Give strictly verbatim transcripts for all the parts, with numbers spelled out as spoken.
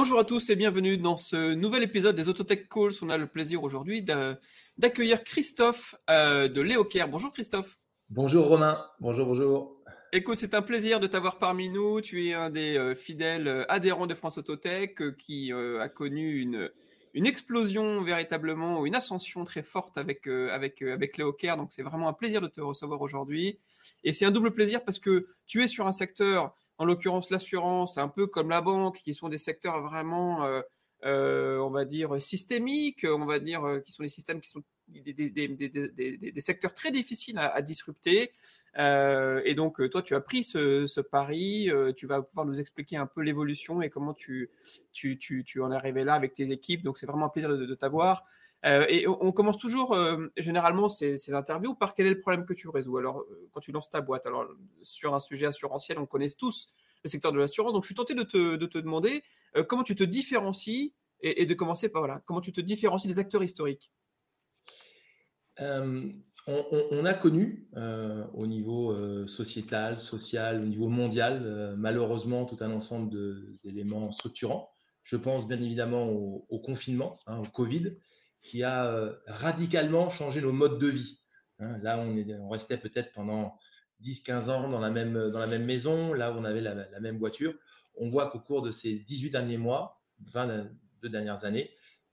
Bonjour à tous et bienvenue dans ce nouvel épisode des Autotech Calls. On a le plaisir aujourd'hui d'a- d'accueillir Christophe euh, de Leocare. Bonjour Christophe. Bonjour Romain, bonjour, bonjour. Écoute, c'est un plaisir de t'avoir parmi nous. Tu es un des euh, fidèles euh, adhérents de France Autotech euh, qui euh, a connu une, une explosion véritablement, ou une ascension très forte avec, euh, avec, euh, avec Leocare. Donc c'est vraiment un plaisir de te recevoir aujourd'hui. Et c'est un double plaisir parce que tu es sur un secteur, en l'occurrence l'assurance, un peu comme la banque, qui sont des secteurs vraiment, euh, euh, on va dire, systémiques, on va dire, euh, qui sont des systèmes qui sont des, des, des, des, des, des secteurs très difficiles à, à disrupter. Euh, et donc, toi, tu as pris ce, ce pari. Euh, tu vas pouvoir nous expliquer un peu l'évolution et comment tu, tu, tu, tu en es arrivé là avec tes équipes. Donc, c'est vraiment un plaisir de, de t'avoir. Euh, et on, on commence toujours, euh, généralement, ces, ces interviews par quel est le problème que tu résous. Alors, euh, quand tu lances ta boîte, alors sur un sujet assurantiel, on connaît tous le secteur de l'assurance. Donc, je suis tenté de te, de te demander euh, comment tu te différencies et, et de commencer par voilà, comment tu te différencies des acteurs historiques. Euh, on, on- on a connu euh, au niveau euh, sociétal, social, au niveau mondial, euh, malheureusement, tout un ensemble de- d'éléments structurants. Je pense bien évidemment au, au confinement, hein, au Covid, qui a euh, radicalement changé nos modes de vie. Hein, là, on, est- on restait peut-être pendant dix quinze ans dans la même, dans la même maison, là où on avait la, la même voiture. On voit qu'au cours de ces dix-huit derniers mois, vingt-deux dernières années,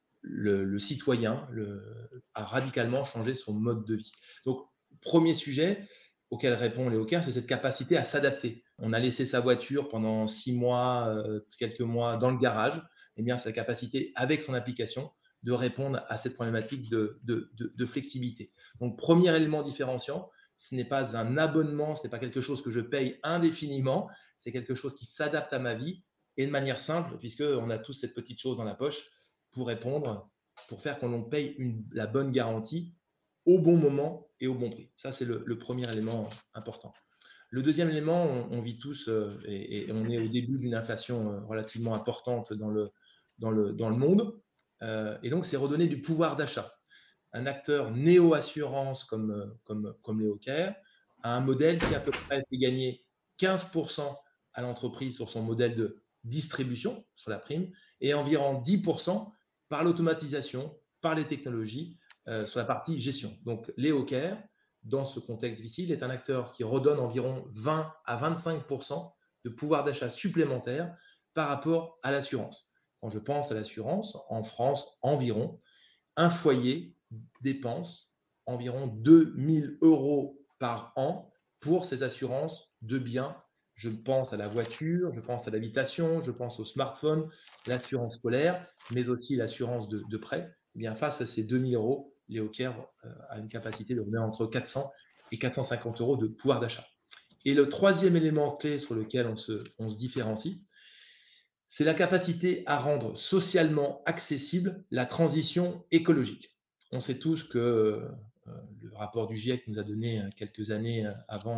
le, le citoyen le, a radicalement changé son mode de vie. Donc, premier sujet auquel répond Leocare, c'est cette capacité à s'adapter. On a laissé sa voiture pendant six mois, euh, quelques mois dans le garage. Eh bien, c'est la capacité, avec son application, de répondre à cette problématique de, de, de, de flexibilité. Donc, premier élément différenciant, ce n'est pas un abonnement, ce n'est pas quelque chose que je paye indéfiniment, c'est quelque chose qui s'adapte à ma vie et de manière simple, puisqu'on a tous cette petite chose dans la poche pour répondre, pour faire qu'on paye une, la bonne garantie au bon moment et au bon prix. Ça, c'est le, le premier élément important. Le deuxième élément, on, on vit tous euh, et, et, on est au début d'une inflation euh, relativement importante dans le, dans le, dans le monde. Euh, et donc, c'est redonner du pouvoir d'achat. Un acteur néo-assurance comme, comme, comme Leocare a un modèle qui à peu près fait gagner quinze pour cent à l'entreprise sur son modèle de distribution, sur la prime, et environ dix pour cent par l'automatisation, par les technologies, euh, sur la partie gestion. Donc, Leocare, dans ce contexte difficile, est un acteur qui redonne environ vingt à vingt-cinq pour cent de pouvoir d'achat supplémentaire par rapport à l'assurance. Quand je pense à l'assurance, en France, environ, un foyer dépense environ deux mille euros par an pour ses assurances de biens. Je pense à la voiture, je pense à l'habitation, je pense au smartphone, l'assurance scolaire, mais aussi l'assurance de, de prêt. Eh bien, face à ces deux mille euros, Leocare euh, a une capacité de remettre entre quatre cents et quatre cent cinquante euros de pouvoir d'achat. Et le troisième élément clé sur lequel on se, on se différencie, c'est la capacité à rendre socialement accessible la transition écologique. On sait tous que euh, le rapport du GIEC nous a donné quelques années avant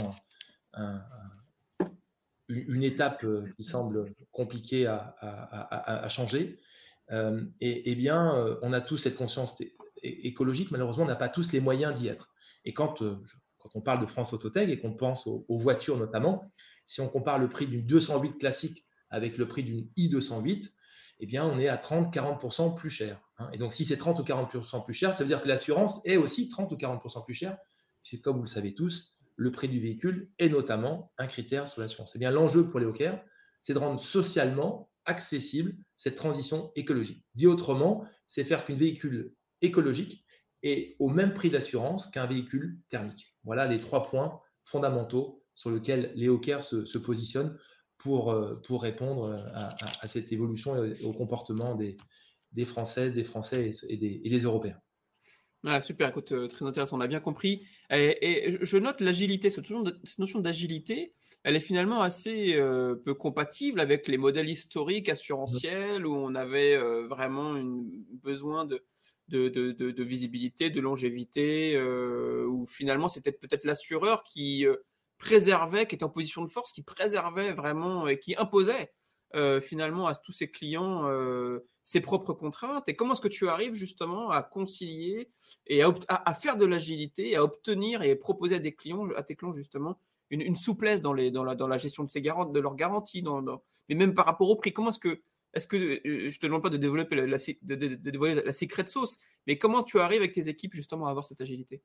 un, un, une étape qui semble compliquée à, à, à, à changer. Euh, et, et bien, on a tous cette conscience écologique, malheureusement, on n'a pas tous les moyens d'y être. Et quand, quand on parle de France Autotech et qu'on pense aux, aux voitures notamment, si on compare le prix d'une deux cent huit classique avec le prix d'une i deux cent huit, eh bien, on est à trente à quarante pour cent plus cher. Hein. Et donc, si c'est trente ou quarante pour cent plus cher, ça veut dire que l'assurance est aussi trente ou quarante pour cent plus cher, puisque comme vous le savez tous, le prix du véhicule est notamment un critère sur l'assurance. Eh bien, l'enjeu pour Leocare, c'est de rendre socialement accessible cette transition écologique. Dit autrement, c'est faire qu'un véhicule écologique est au même prix d'assurance qu'un véhicule thermique. Voilà les trois points fondamentaux sur lesquels Leocare se, se positionne pour, pour répondre à, à, à cette évolution et au comportement des, des Françaises, des Français et des, et des Européens. Ah, super, écoute, euh, très intéressant, on a bien compris. Et, et je note l'agilité, cette notion, de, cette notion d'agilité, elle est finalement assez euh, peu compatible avec les modèles historiques assurantiels où on avait euh, vraiment une, besoin de, de, de, de, de visibilité, de longévité, euh, où finalement c'était peut-être l'assureur qui euh, préservait, qui était en position de force, qui préservait vraiment et qui imposait euh, finalement à tous ses clients euh, ses propres contraintes. Et comment est-ce que tu arrives justement à concilier et à, à, à faire de l'agilité, à obtenir et proposer à des clients, à tes clients justement, une, une souplesse dans, les, dans, la, dans la gestion de, ces garanties, de leurs garanties, dans, dans, mais même par rapport au prix. Comment est-ce que est-ce que, euh, je te demande pas de développer la, la, de, de, de dévoiler la secret sauce, mais comment tu arrives avec tes équipes justement à avoir cette agilité?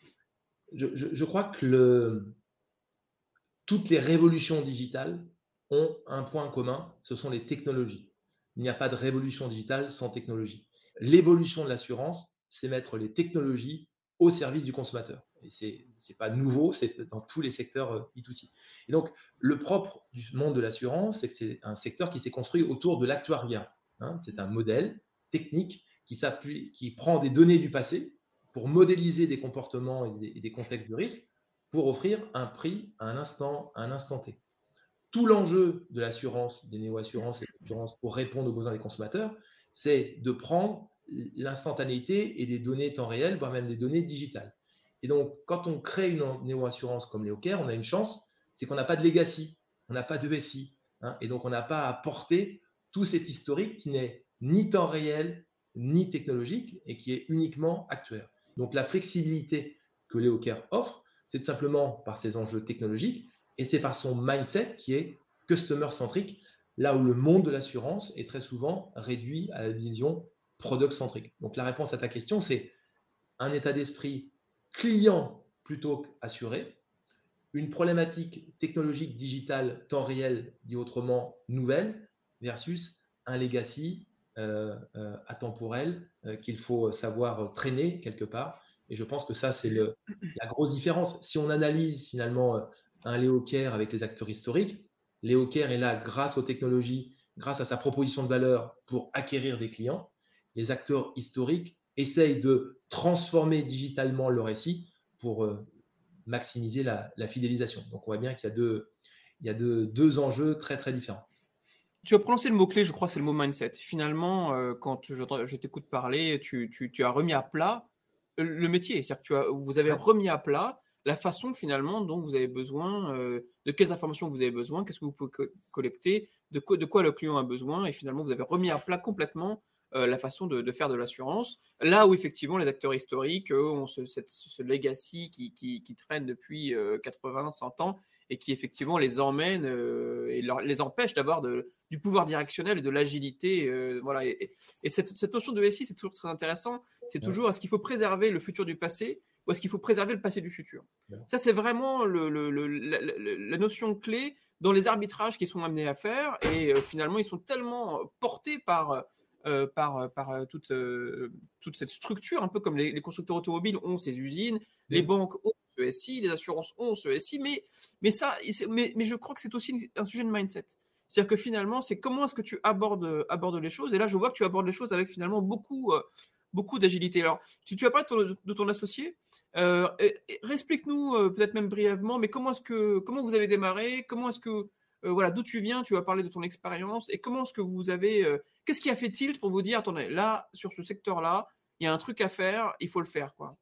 je, je, je crois que le, toutes les révolutions digitales ont un point commun, ce sont les technologies. Il n'y a pas de révolution digitale sans technologie. L'évolution de l'assurance, c'est mettre les technologies au service du consommateur. Et ce n'est pas nouveau, c'est dans tous les secteurs B deux C. Et donc, le propre du monde de l'assurance, c'est que c'est un secteur qui s'est construit autour de l'actuariat. Hein, c'est un modèle technique qui, qui prend des données du passé pour modéliser des comportements et des, et des contextes de risque pour offrir un prix à un instant, à un instant T. Tout l'enjeu de l'assurance, des néo-assurances et des assurances pour répondre aux besoins des consommateurs, c'est de prendre l'instantanéité et des données temps réel, voire même des données digitales. Et donc, quand on crée une néo-assurance comme LeoCare, on a une chance, c'est qu'on n'a pas de legacy, on n'a pas de S I, hein, et donc on n'a pas à porter tout cet historique qui n'est ni temps réel, ni technologique, et qui est uniquement actuel. Donc, la flexibilité que LeoCare offre, c'est tout simplement par ses enjeux technologiques et c'est par son mindset qui est customer-centrique, là où le monde de l'assurance est très souvent réduit à la vision product-centrique. Donc la réponse à ta question, c'est un état d'esprit client plutôt qu'assuré, une problématique technologique digitale temps réel, dit autrement nouvelle, versus un legacy euh, euh, atemporel euh, qu'il faut savoir traîner quelque part. Et je pense que ça, c'est le, la grosse différence. Si on analyse finalement un LeoCare avec les acteurs historiques, LeoCare est là grâce aux technologies, grâce à sa proposition de valeur pour acquérir des clients. Les acteurs historiques essayent de transformer digitalement le récit pour euh, maximiser la, la, fidélisation. Donc on voit bien qu'il y a, deux, il y a deux, deux enjeux très très différents. Tu as prononcé le mot-clé, je crois, c'est le mot mindset. Finalement, euh, quand je, je t'écoute parler, tu, tu, tu as remis à plat le métier. C'est-à-dire que tu as, vous avez remis à plat la façon finalement dont vous avez besoin, euh, de quelles informations vous avez besoin, qu'est-ce que vous pouvez co- collecter, de quoi, de quoi le client a besoin, et finalement vous avez remis à plat complètement euh, la façon de, de faire de l'assurance. Là où effectivement les acteurs historiques eux, ont ce, cette, ce legacy qui, qui, qui traîne depuis euh, quatre-vingts, cent ans et qui effectivement les emmène euh, et leur, les empêche d'avoir de, du pouvoir directionnel et de l'agilité. Euh, voilà. Et, et cette, cette notion de S I, c'est toujours très intéressant. C'est toujours, est-ce qu'il faut préserver le futur du passé ou est-ce qu'il faut préserver le passé du futur? Ouais. Ça, c'est vraiment le, le, le, la, la notion clé dans les arbitrages qu'ils sont amenés à faire. Et euh, finalement, ils sont tellement portés par, euh, par, par euh, toute, euh, toute cette structure, un peu comme les, les constructeurs automobiles ont ces usines, ouais. Les banques ont ce S I, les assurances ont ce S I, mais, mais, ça, mais, mais je crois que c'est aussi un sujet de mindset. C'est-à-dire que finalement, c'est comment est-ce que tu abordes, abordes les choses. Et là, je vois que tu abordes les choses avec finalement beaucoup, euh, beaucoup d'agilité. Alors, tu, tu as parlé de ton, de ton associé. Euh, Explique-nous euh, peut-être même brièvement, mais comment est-ce que comment vous avez démarré? Comment est-ce que euh, voilà, d'où tu viens? Tu vas parler de ton expérience et comment est-ce que vous avez euh, qu'est-ce qui a fait tilt pour vous dire attendez, là sur ce secteur-là, il y a un truc à faire, il faut le faire quoi.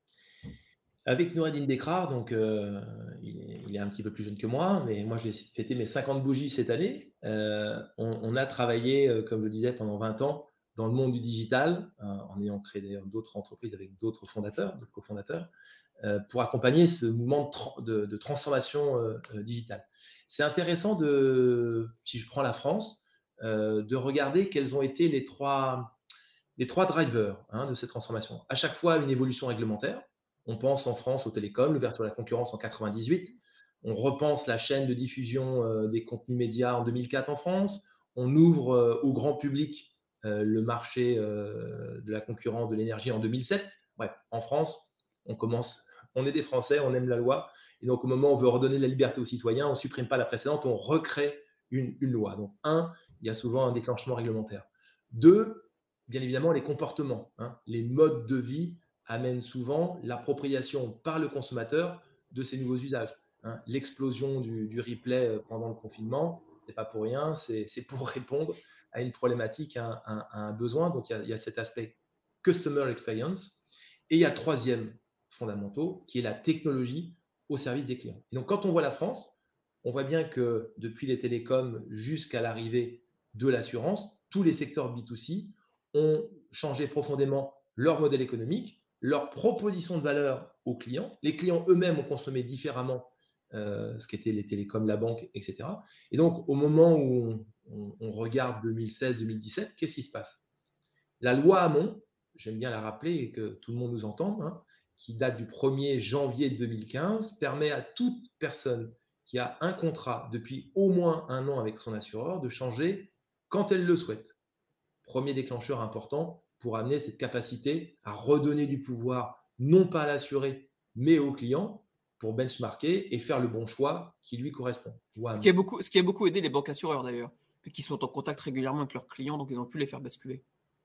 Avec Noureddin Bekrar, donc euh, il, est, il est un petit peu plus jeune que moi, mais moi j'ai fêté mes cinquante bougies cette année. Euh, on, on a travaillé, euh, comme je le disais, pendant vingt ans dans le monde du digital, euh, en ayant créé d'ailleurs d'autres entreprises avec d'autres fondateurs, d'autres cofondateurs, euh, pour accompagner ce mouvement de, tra de, de transformation euh, digitale. C'est intéressant de, si je prends la France, euh, de regarder quels ont été les trois, les trois drivers hein, de cette transformation. À chaque fois, une évolution réglementaire. On pense en France aux télécoms, l'ouverture de la concurrence en quatre-vingt-dix-huit. On repense la chaîne de diffusion euh, des contenus médias en deux mille quatre en France. On ouvre euh, au grand public euh, le marché euh, de la concurrence de l'énergie en deux mille sept. Bref, en France, on commence, on est des Français, on aime la loi. Et donc, au moment où on veut redonner la liberté aux citoyens, on ne supprime pas la précédente, on recrée une, une loi. Donc, un, il y a souvent un déclenchement réglementaire. Deux, bien évidemment, les comportements, hein, les modes de vie amène souvent l'appropriation par le consommateur de ces nouveaux usages. Hein. L'explosion du, du replay pendant le confinement, c'est pas pour rien, c'est pour répondre à une problématique, à un, à un besoin. Donc, il y, a, il y a cet aspect customer experience. Et il y a troisième fondamentaux, qui est la technologie au service des clients. Et donc, quand on voit la France, on voit bien que depuis les télécoms jusqu'à l'arrivée de l'assurance, tous les secteurs B deux C ont changé profondément leur modèle économique, leur proposition de valeur aux clients. Les clients eux-mêmes ont consommé différemment euh, ce qu'étaient les télécoms, la banque, et cetera. Et donc, au moment où on, on, on regarde deux mille seize deux mille dix-sept, qu'est-ce qui se passe? La loi Hamon, j'aime bien la rappeler et que tout le monde nous entende, hein, qui date du premier janvier deux mille quinze, permet à toute personne qui a un contrat depuis au moins un an avec son assureur de changer quand elle le souhaite. Premier déclencheur important pour amener cette capacité à redonner du pouvoir, non pas à l'assuré, mais au client, pour benchmarker et faire le bon choix qui lui correspond. Ce qui a beaucoup, ce qui a beaucoup aidé les banques assureurs d'ailleurs, qui sont en contact régulièrement avec leurs clients, donc ils ont pu les faire basculer.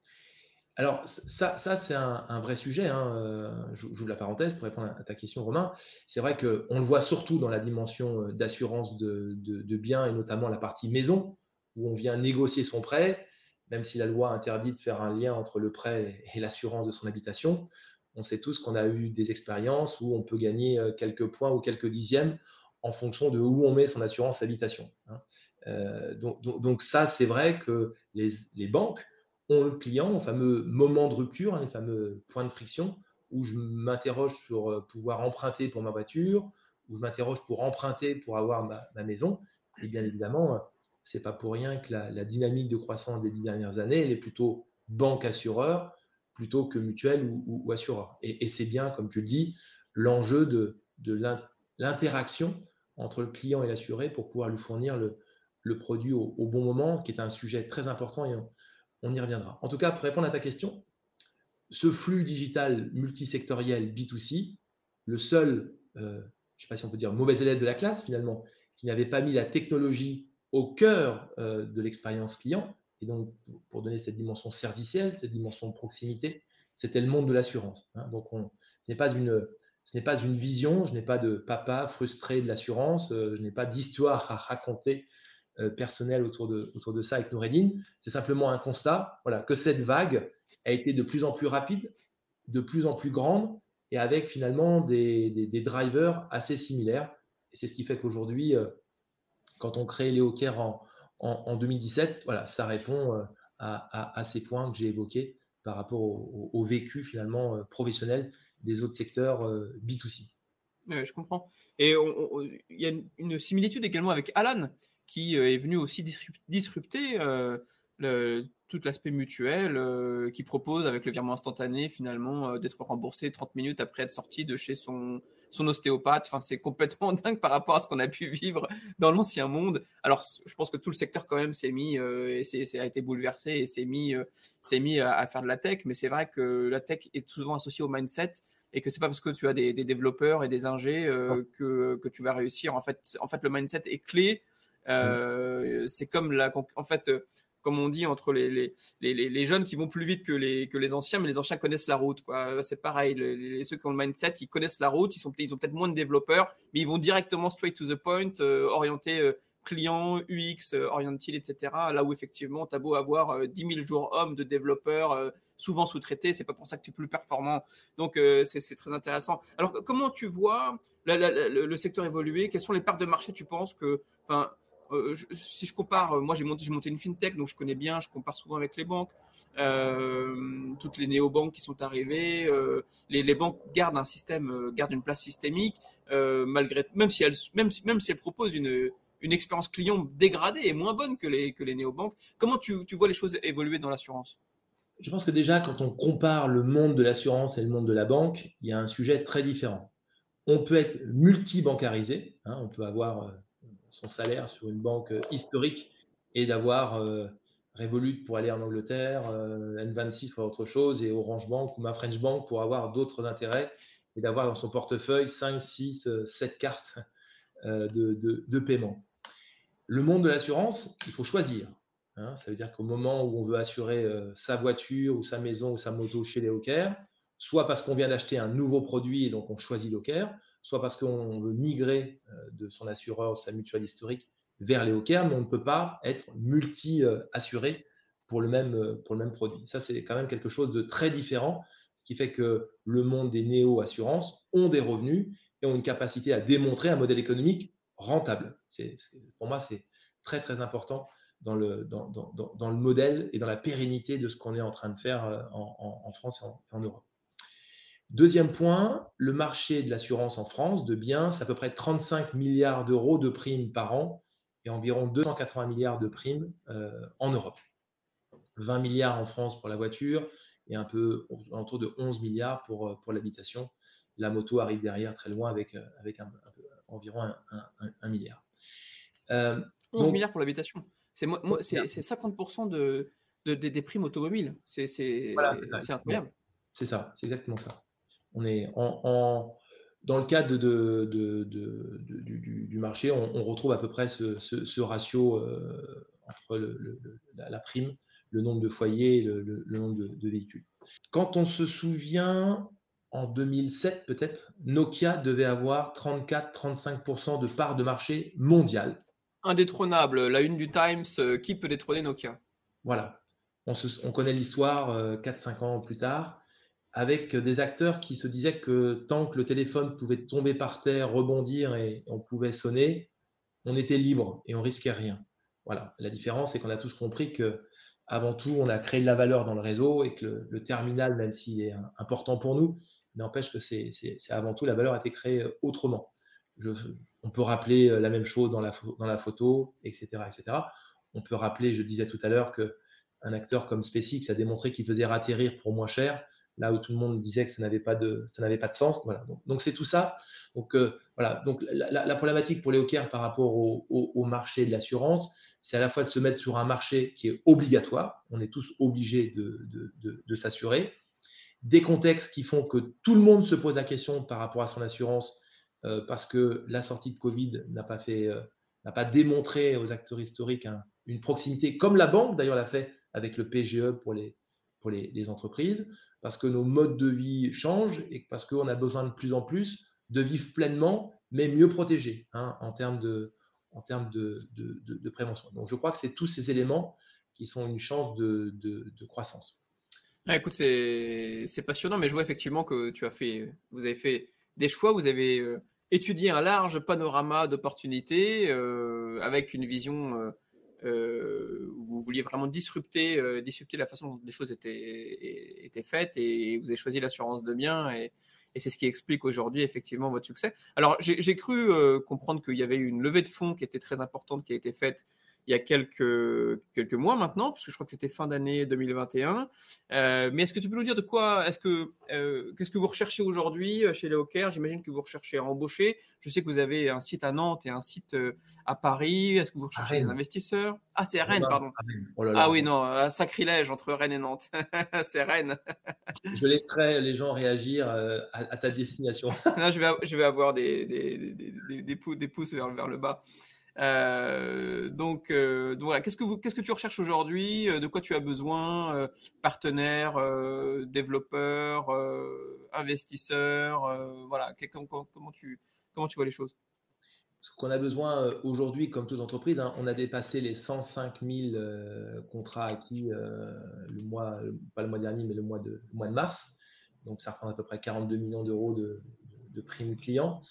Alors, ça, ça c'est un, un, vrai sujet. Hein. J'ouvre la parenthèse pour répondre à ta question, Romain. C'est vrai qu'on le voit surtout dans la dimension d'assurance de, de, de biens et notamment la partie maison, où on vient négocier son prêt, même si la loi interdit de faire un lien entre le prêt et l'assurance de son habitation. On sait tous qu'on a eu des expériences où on peut gagner quelques points ou quelques dixièmes en fonction de où on met son assurance habitation. Hein. Euh, donc, donc, donc, ça, c'est vrai que les, les banques ont le client, le fameux moment de rupture, hein, les fameux points de friction, où je m'interroge sur pouvoir emprunter pour ma voiture, où je m'interroge pour emprunter pour avoir ma, ma maison. Et bien évidemment, c'est pas pour rien que la, la dynamique de croissance des dix dernières années, elle est plutôt banque-assureur plutôt que mutuelle ou, ou, ou assureur. Et, et c'est bien, comme tu le dis, l'enjeu de, de l'interaction entre le client et l'assuré pour pouvoir lui fournir le, le produit au, au bon moment, qui est un sujet très important et on, on y reviendra. En tout cas, pour répondre à ta question, ce flux digital multisectoriel B deux C, le seul, euh, je ne sais pas si on peut dire mauvais élève de la classe finalement, qui n'avait pas mis la technologie au cœur euh, de l'expérience client, et donc pour donner cette dimension servicielle, cette dimension de proximité, c'était le monde de l'assurance. Hein. Donc, on, ce n'est pas une, ce n'est pas une vision, je n'ai pas de papa frustré de l'assurance, euh, je n'ai pas d'histoire à raconter euh, personnelle autour de, autour de ça avec Noureddine. C'est simplement un constat, voilà, que cette vague a été de plus en plus rapide, de plus en plus grande, et avec finalement des, des, des drivers assez similaires. Et c'est ce qui fait qu'aujourd'hui, euh, quand on crée Léo Care en, en, en deux mille dix-sept, voilà, ça répond euh, à, à, à ces points que j'ai évoqués par rapport au, au, au vécu finalement euh, professionnel des autres secteurs euh, B deux C. Ouais, je comprends. Et il y a une, une similitude également avec Alan, qui euh, est venu aussi disrupter euh, le, tout l'aspect mutuel, euh, qui propose avec le virement instantané finalement euh, d'être remboursé trente minutes après être sorti de chez son, son ostéopathe. Enfin, c'est complètement dingue par rapport à ce qu'on a pu vivre dans l'ancien monde. Alors, je pense que tout le secteur quand même s'est mis, euh, et c'est, c'est a été bouleversé et s'est mis, euh, s'est mis à, à faire de la tech. Mais c'est vrai que la tech est souvent associée au mindset. Et que c'est pas parce que tu as des, des développeurs et des ingés euh, que, que tu vas réussir. En fait, en fait, le mindset est clé. Euh, c'est comme la, en fait, euh, comme on dit entre les, les, les, les jeunes qui vont plus vite que les, que les anciens, mais les anciens connaissent la route, quoi. C'est pareil. Les, les, ceux qui ont le mindset, ils connaissent la route. Ils sont, ils ont peut-être moins de développeurs, mais ils vont directement straight to the point, euh, orientés euh, client, U X, euh, oriented, et cetera. Là où effectivement, t'as beau avoir euh, dix mille jours hommes de développeurs, euh, souvent sous-traités, c'est pas pour ça que tu es plus performant. Donc euh, c'est, c'est très intéressant. Alors comment tu vois la, la, la, le secteur évoluer? Quelles sont les parts de marché tu penses que, enfin, euh, je, si je compare, moi j'ai monté, j'ai monté une fintech, donc je connais bien, je compare souvent avec les banques, euh, toutes les néobanques qui sont arrivées, euh, les, les banques gardent un système, euh, gardent une place systémique, euh, malgré, même si elles, même si, même si elles proposent une une expérience client dégradée et moins bonne que les que les néobanques. Comment tu, tu vois les choses évoluer dans l'assurance? Je pense que déjà, quand on compare le monde de l'assurance et le monde de la banque, il y a un sujet très différent. On peut être multi-bancarisé, hein, on peut avoir euh, son salaire sur une banque historique et d'avoir euh, Revolut pour aller en Angleterre, euh, N vingt-six pour autre chose, et Orange Bank ou ma French Bank pour avoir d'autres intérêts, et d'avoir dans son portefeuille cinq, six, sept cartes euh, de, de, de paiement. Le monde de l'assurance, il faut choisir. Hein, ça veut dire qu'au moment où on veut assurer euh, sa voiture ou sa maison ou sa moto chez Léo Care, soit parce qu'on vient d'acheter un nouveau produit et donc on choisit Léo Care, soit parce qu'on veut migrer euh, de son assureur ou sa mutuelle historique vers Léo Care, mais on ne peut pas être multi-assuré pour le même, pour le même produit. Ça, c'est quand même quelque chose de très différent, ce qui fait que le monde des néo-assurances ont des revenus et ont une capacité à démontrer un modèle économique rentable. C'est, c'est, pour moi, c'est très, très important dans le, dans, dans, dans le modèle et dans la pérennité de ce qu'on est en train de faire en, en, en France et en, en Europe. Deuxième point, le marché de l'assurance en France de biens, c'est à peu près trente-cinq milliards d'euros de primes par an et environ deux cent quatre-vingts milliards de primes euh, en Europe. vingt milliards en France pour la voiture et un peu autour de onze milliards pour, pour l'habitation. La moto arrive derrière très loin avec, avec un, un peu, environ un, un, un milliard. Euh, onze donc, milliards pour l'habitation. C'est, moi, moi, c'est, c'est cinquante pour cent de, de, de, des primes automobiles. C'est, c'est, voilà, c'est, c'est incroyable. C'est ça, c'est exactement ça. On est en, en, dans le cadre de, de, de, de du, du marché, on, on retrouve à peu près ce, ce, ce ratio euh, entre le, le, la, la prime, le nombre de foyers et le, le, le nombre de, de véhicules. Quand on se souvient, en deux mille sept peut-être, Nokia devait avoir trente-quatre à trente-cinq pour cent de part de marché mondiale. Indétrônable, la une du Times, euh, qui peut détrôner Nokia? Voilà, on, se, on connaît l'histoire euh, quatre à cinq ans plus tard, avec des acteurs qui se disaient que tant que le téléphone pouvait tomber par terre, rebondir et on pouvait sonner, on était libre et on risquait rien. Voilà, la différence, c'est qu'on a tous compris que avant tout, on a créé de la valeur dans le réseau et que le, le terminal, même s'il est important pour nous, n'empêche que c'est, c'est, c'est avant tout la valeur a été créée autrement. Je, on peut rappeler la même chose dans la, dans la photo, et cetera, et cetera. On peut rappeler, je disais tout à l'heure, qu'un acteur comme SpaceX a démontré qu'il faisait atterrir pour moins cher, là où tout le monde disait que ça n'avait pas de, ça n'avait pas de sens. Voilà. Donc, donc c'est tout ça. Donc, euh, voilà. Donc la, la, la problématique pour les hawkers par rapport au, au, au marché de l'assurance, c'est à la fois de se mettre sur un marché qui est obligatoire. On est tous obligés de, de, de, de s'assurer. Des contextes qui font que tout le monde se pose la question par rapport à son assurance euh, parce que la sortie de Covid n'a pas fait, euh, n'a pas démontré aux acteurs historiques un, une proximité, comme la banque d'ailleurs l'a fait avec le P G E pour les, pour les, les entreprises, parce que nos modes de vie changent et parce qu'on a besoin de plus en plus de vivre pleinement, mais mieux protégés hein, en termes de, en termes de, de, de, de prévention. Donc je crois que c'est tous ces éléments qui sont une chance de, de, de croissance. Ah, écoute, c'est, c'est passionnant, mais je vois effectivement que tu as fait, vous avez fait des choix, vous avez euh, étudié un large panorama d'opportunités euh, avec une vision euh, euh, où vous vouliez vraiment disrupter, euh, disrupter la façon dont les choses étaient, étaient faites et vous avez choisi l'assurance de biens et, et c'est ce qui explique aujourd'hui effectivement votre succès. Alors, j'ai, j'ai cru euh, comprendre qu'il y avait une levée de fonds qui était très importante qui a été faite il y a quelques, quelques mois maintenant, parce que je crois que c'était fin d'année deux mille vingt et un. Euh, mais est-ce que tu peux nous dire de quoi, est-ce que, euh, qu'est-ce que vous recherchez aujourd'hui chez les hawkers? J'imagine que vous recherchez à embaucher. Je sais que vous avez un site à Nantes et un site à Paris. Est-ce que vous recherchez des investisseurs? Ah, c'est à Rennes, pardon. Oh là là. Ah oui, non, un sacrilège entre Rennes et Nantes. C'est Rennes. Je laisserai les gens réagir à, à ta destination. Non, je vais, je vais avoir des, des, des, des, des, pouces, des pouces vers, vers le bas. Euh, donc, euh, donc voilà. Qu'est-ce que vous, qu'est-ce que tu recherches aujourd'hui? De quoi tu as besoin? euh, Partenaires, euh, développeurs, euh, investisseurs, euh, voilà. Comment, comment tu, comment tu vois les choses? Ce qu'on a besoin aujourd'hui, comme toute entreprise, hein, on a dépassé les cent cinq mille euh, contrats acquis euh, le mois, pas le mois dernier, mais le mois de, le mois de mars. Donc, ça représente à peu près quarante-deux millions d'euros de, de, de primes clients.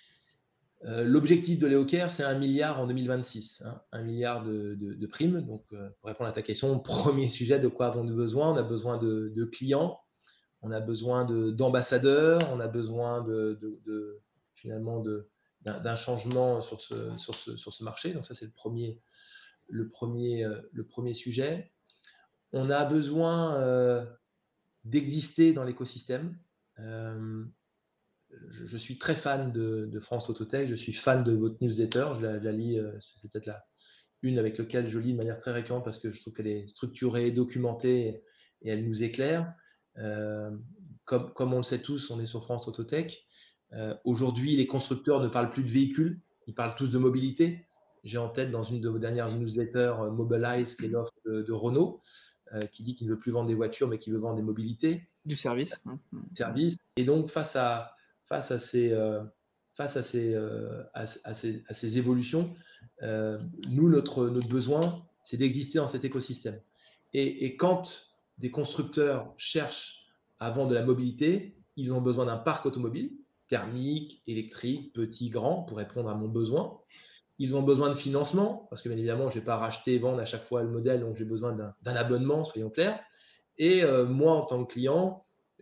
Euh, l'objectif de l'Eocare, c'est un milliard en deux mille vingt-six, hein, un milliard de, de, de primes. Donc, euh, pour répondre à ta question, premier sujet, de quoi avons-nous besoin? On a besoin de, de clients, on a besoin de, d'ambassadeurs, on a besoin de, de, de finalement de, d'un, d'un changement sur ce, sur, ce, sur ce marché. Donc, ça, c'est le premier, le premier, euh, le premier sujet. On a besoin euh, d'exister dans l'écosystème. Euh, Je, je suis très fan de, de France Autotech, je suis fan de votre newsletter, je la, je la lis, euh, c'est peut-être la une avec laquelle je lis de manière très récurrente parce que je trouve qu'elle est structurée, documentée et, et elle nous éclaire. Euh, comme, comme on le sait tous, on est sur France Autotech. Euh, aujourd'hui, les constructeurs ne parlent plus de véhicules, ils parlent tous de mobilité. J'ai en tête dans une de vos dernières newsletters Mobilize, qui est l'offre de, de Renault, euh, qui dit qu'il ne veut plus vendre des voitures, mais qu'il veut vendre des mobilités. Du service. Service. Et donc, face à Face à ces, euh, face à ces, euh, à, à ces, à ces évolutions, euh, nous, notre, notre besoin, c'est d'exister dans cet écosystème. Et, et quand des constructeurs cherchent à vendre de la mobilité, ils ont besoin d'un parc automobile, thermique, électrique, petit, grand, pour répondre à mon besoin. Ils ont besoin de financement, parce que bien évidemment, je ne vais pas racheter et vendre à chaque fois le modèle, donc j'ai besoin d'un, d'un abonnement, soyons clairs. Et euh, moi, en tant que client,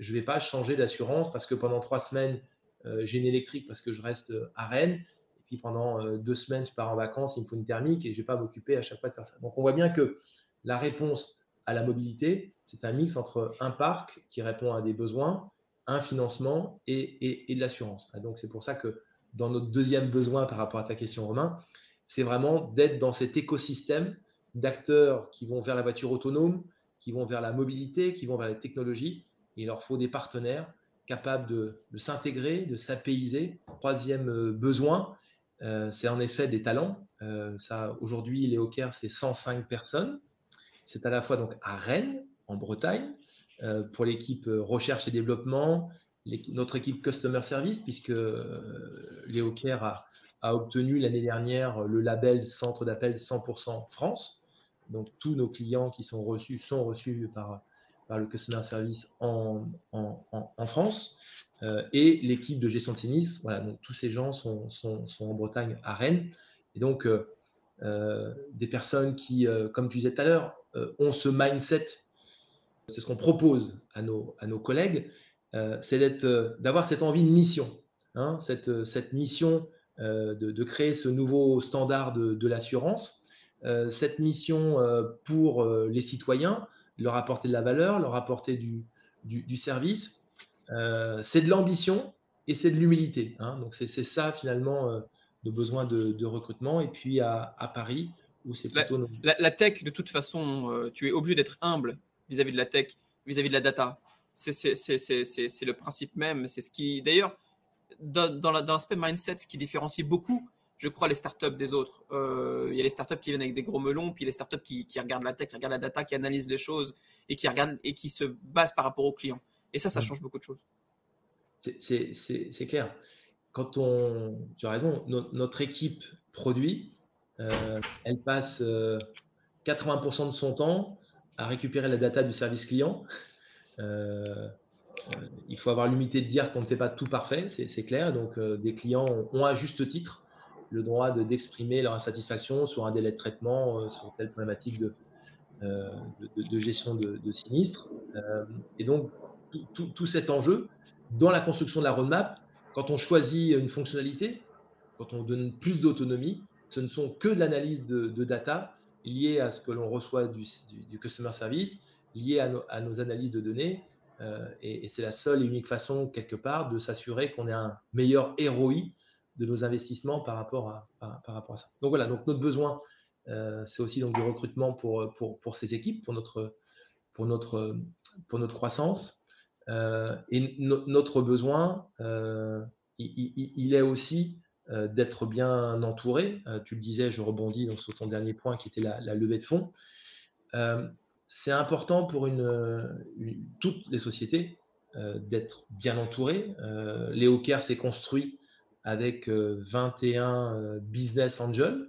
je ne vais pas changer d'assurance parce que pendant trois semaines, euh, j'ai une électrique parce que je reste à Rennes. Et puis pendant euh, deux semaines, je pars en vacances, il me faut une thermique et je ne vais pas m'occuper à chaque fois de faire ça. Donc on voit bien que la réponse à la mobilité, c'est un mix entre un parc qui répond à des besoins, un financement et, et, et de l'assurance. Donc c'est pour ça que dans notre deuxième besoin par rapport à ta question, Romain, c'est vraiment d'être dans cet écosystème d'acteurs qui vont vers la voiture autonome, qui vont vers la mobilité, qui vont vers les technologies. Et il leur faut des partenaires capables de, de s'intégrer, de s'apaiser. Troisième euh, besoin, euh, c'est en effet des talents. Euh, ça, aujourd'hui, Léo Caire, c'est cent cinq personnes. C'est à la fois donc à Rennes, en Bretagne, euh, pour l'équipe recherche et développement, notre équipe Customer Service, puisque euh, Léo Caire a, a obtenu l'année dernière le label Centre d'appel cent pour cent France. Donc, tous nos clients qui sont reçus sont reçus par, par le Customer Service en, en, en, en France. Euh, et l'équipe de gestion de sinistre, voilà, donc tous ces gens sont, sont, sont en Bretagne, à Rennes. Et donc, euh, euh, des personnes qui, euh, comme tu disais tout à l'heure, euh, ont ce mindset. C'est ce qu'on propose à nos, à nos collègues, euh, c'est d'être, euh, d'avoir cette envie de mission, hein, cette, cette mission euh, de, de créer ce nouveau standard de, de l'assurance, euh, cette mission euh, pour euh, les citoyens, leur apporter de la valeur, leur apporter du, du, du service. Euh, c'est de l'ambition et c'est de l'humilité. Hein, donc c'est, c'est ça finalement euh, nos besoins de, de recrutement. Et puis à, à Paris, où c'est La, plutôt nos... la, la tech, de toute façon, euh, tu es obligé d'être humble vis-à-vis de la tech, vis-à-vis de la data. C'est, c'est, c'est, c'est, c'est, c'est le principe même. C'est ce qui, d'ailleurs, dans, dans, la, dans l'aspect mindset, ce qui différencie beaucoup, je crois, les startups des autres. Euh, il y a les startups qui viennent avec des gros melons, puis les startups qui, qui regardent la tech, qui regardent la data, qui analysent les choses et qui regardent et qui se basent par rapport aux clients. Et ça, ça change beaucoup de choses. C'est, c'est, c'est, c'est clair. Quand on, tu as raison, no, notre équipe produit, euh, elle passe euh, quatre-vingts pour cent de son temps à récupérer la data du service client. Euh, euh, il faut avoir l'humilité de dire qu'on ne fait pas tout parfait, c'est, c'est clair. Donc, euh, des clients ont, ont à juste titre le droit de, d'exprimer leur insatisfaction sur un délai de traitement, euh, sur telle problématique de, euh, de, de, gestion de, de sinistre. Euh, et donc, tout, tout, tout cet enjeu, dans la construction de la roadmap, quand on choisit une fonctionnalité, quand on donne plus d'autonomie, ce ne sont que de l'analyse de, de data liée à ce que l'on reçoit du, du, du customer service, liée à, no, à nos analyses de données. Euh, et, et c'est la seule et unique façon, quelque part, de s'assurer qu'on ait un meilleur R O I de nos investissements par rapport à, par, par rapport à ça. Donc voilà, donc notre besoin, euh, c'est aussi donc du recrutement pour, pour, pour ces équipes, pour notre, pour notre, pour notre croissance. Euh, et no, notre besoin, euh, il, il, il, est aussi euh, d'être bien entouré. Euh, tu le disais, je rebondis donc, sur ton dernier point qui était la, la levée de fonds. Euh, c'est important pour une, une, toutes les sociétés euh, d'être bien entourées. Euh, Léo Caire s'est construit avec euh, vingt et un euh, business angels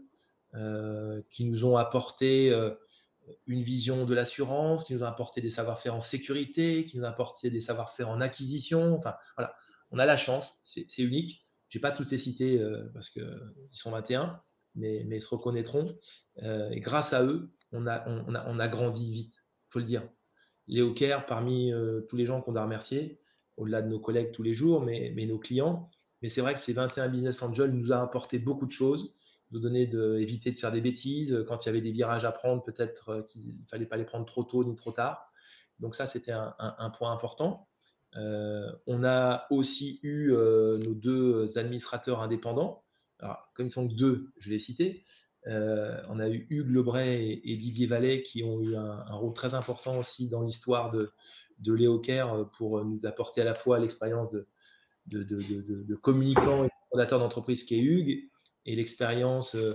euh, qui nous ont apporté euh, une vision de l'assurance, qui nous ont apporté des savoir-faire en sécurité, qui nous ont apporté des savoir-faire en acquisition. Enfin, voilà, on a la chance, c'est, c'est unique. Je n'ai pas toutes les cités euh, parce qu'ils sont vingt et un, mais, mais ils se reconnaîtront. Euh, et grâce à eux, on a, on a, on a grandi vite, il faut le dire. Léo Caire, parmi euh, tous les gens qu'on a remerciés, au-delà de nos collègues tous les jours, mais, mais nos clients. Mais c'est vrai que ces vingt et un business angels nous ont apporté beaucoup de choses, nous donner de éviter de faire des bêtises. Quand il y avait des virages à prendre, peut-être qu'il ne fallait pas les prendre trop tôt ni trop tard. Donc ça, c'était un, un, un point important. Euh, on a aussi eu euh, nos deux administrateurs indépendants. Alors, comme ils sont que deux, je vais les citer. Euh, on a eu Hugues Lebray et, et Didier Vallet qui ont eu un, un rôle très important aussi dans l'histoire de, de Léo Caire pour nous apporter à la fois l'expérience de, de, de, de, de communicant et de fondateur d'entreprise qui est Hugues et l'expérience euh,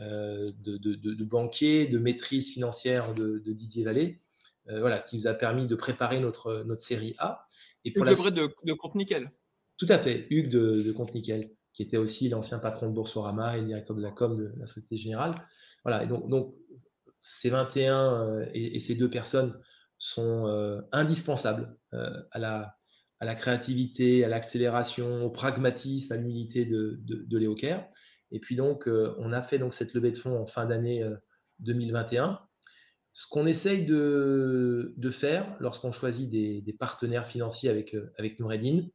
de, de, de banquier, de maîtrise financière de, de Didier Vallet, euh, voilà, qui nous a permis de préparer notre, notre série A. Et pour Hugues la... Lebray de, de Compte Nickel. Tout à fait, Hugues de, de Compte Nickel, qui était aussi l'ancien patron de Boursorama et directeur de la com de la Société Générale. Voilà, et donc, donc ces vingt et un euh, et, et ces deux personnes sont euh, indispensables euh, à, la, à la créativité, à l'accélération, au pragmatisme, à l'humilité de, de, de Léo Caire. Et puis donc, euh, on a fait donc cette levée de fonds en fin d'année euh, deux mille vingt et un. Ce qu'on essaye de, de faire lorsqu'on choisit des, des partenaires financiers avec, avec Noureddin,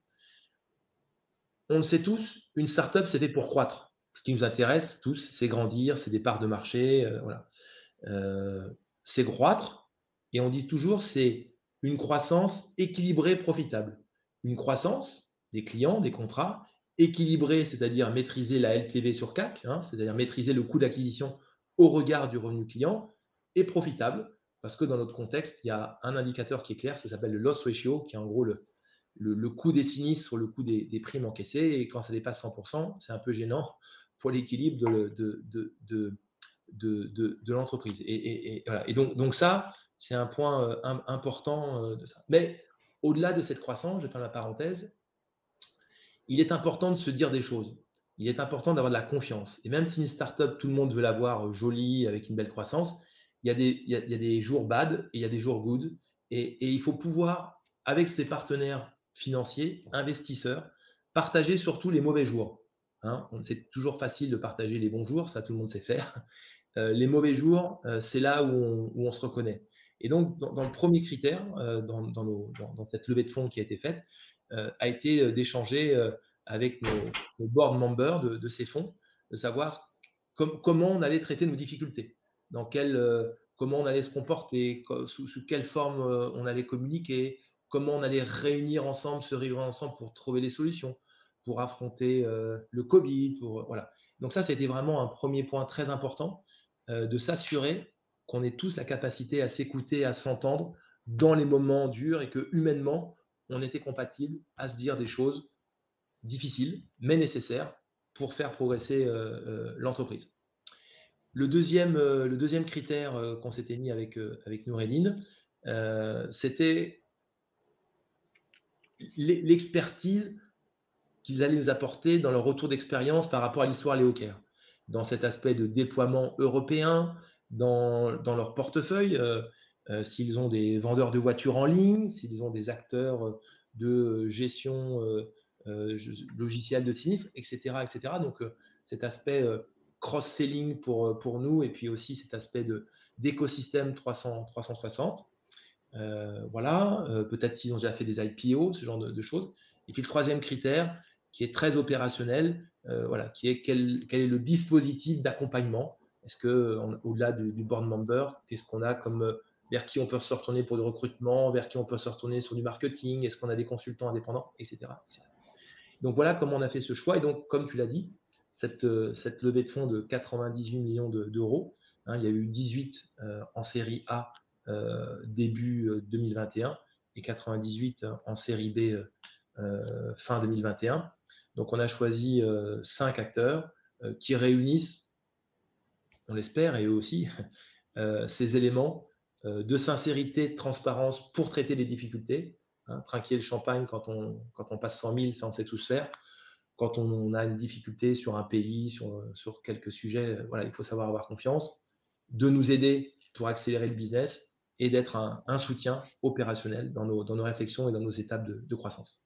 on le sait tous, une startup, c'est fait pour croître. Ce qui nous intéresse tous, c'est grandir, c'est des parts de marché, euh, voilà. Euh, c'est croître. Et on dit toujours, c'est une croissance équilibrée, profitable. Une croissance des clients, des contrats, équilibrée, c'est-à-dire maîtriser la L T V sur C A C, hein, c'est-à-dire maîtriser le coût d'acquisition au regard du revenu client, et profitable, parce que dans notre contexte, il y a un indicateur qui est clair, ça s'appelle le loss ratio, qui est en gros le, le, le coût des sinistres sur le coût des, des primes encaissées, et quand ça dépasse cent pour cent, c'est un peu gênant pour l'équilibre de, de, de, de De, de, de l'entreprise. Et, et, et, voilà. Et donc, donc ça, c'est un point euh, important euh, de ça. Mais au-delà de cette croissance, je vais faire la parenthèse, il est important de se dire des choses. Il est important d'avoir de la confiance. Et même si une startup, tout le monde veut la voir jolie, avec une belle croissance, il y a des, il y a, il y a des jours bad et il y a des jours good. Et, et il faut pouvoir, avec ses partenaires financiers, investisseurs, partager surtout les mauvais jours. Hein, c'est toujours facile de partager les bons jours, ça tout le monde sait faire. Euh, les mauvais jours, euh, c'est là où on, où on se reconnaît. Et donc, dans, dans le premier critère, euh, dans, dans, nos, dans, dans cette levée de fonds qui a été faite, euh, a été d'échanger euh, avec nos, nos board members de, de ces fonds, de savoir com- comment on allait traiter nos difficultés, dans quel, euh, comment on allait se comporter, sous, sous quelle forme euh, on allait communiquer, comment on allait réunir ensemble, se réunir ensemble pour trouver des solutions, pour affronter euh, le Covid, pour, voilà. Donc ça, c'était vraiment un premier point très important, euh, de s'assurer qu'on ait tous la capacité à s'écouter, à s'entendre dans les moments durs et que humainement, on était compatible à se dire des choses difficiles, mais nécessaires pour faire progresser euh, euh, l'entreprise. Le deuxième, euh, le deuxième critère euh, qu'on s'était mis avec, euh, avec Noureddin, euh, c'était l'expertise qu'ils allaient nous apporter dans leur retour d'expérience par rapport à l'histoire Léo Caire, dans cet aspect de déploiement européen, dans, dans leur portefeuille, euh, euh, s'ils ont des vendeurs de voitures en ligne, s'ils ont des acteurs de gestion euh, euh, logicielle de sinistre, et cetera, et cetera. Donc euh, cet aspect euh, cross-selling pour, pour nous, et puis aussi cet aspect de, d'écosystème trois cents, trois cent soixante. Euh, voilà, euh, peut-être s'ils ont déjà fait des I P O, ce genre de, de choses. Et puis le troisième critère, qui est très opérationnel, euh, voilà, qui est quel, quel est le dispositif d'accompagnement. Est-ce que, on, au-delà du, du board member, qu'est-ce qu'on a comme euh, vers qui on peut se retourner pour du recrutement, vers qui on peut se retourner sur du marketing, est-ce qu'on a des consultants indépendants, et cetera, et cetera. Donc voilà comment on a fait ce choix. Et donc, comme tu l'as dit, cette, euh, cette levée de fonds de quatre-vingt-dix-huit millions de, d'euros, hein, il y a eu dix-huit euh, en série A euh, début euh, deux mille vingt et un et quatre-vingt-dix-huit en série B euh, fin deux mille vingt et un. Donc on a choisi euh, cinq acteurs euh, qui réunissent, on l'espère, et eux aussi, euh, ces éléments euh, de sincérité, de transparence pour traiter les difficultés. Hein, trinquer le champagne quand on, quand on passe cent mille, ça on sait tous faire. Quand on a une difficulté sur un pays, sur, sur quelques sujets, voilà, il faut savoir avoir confiance, de nous aider pour accélérer le business et d'être un, un soutien opérationnel dans nos, dans nos réflexions et dans nos étapes de, de croissance.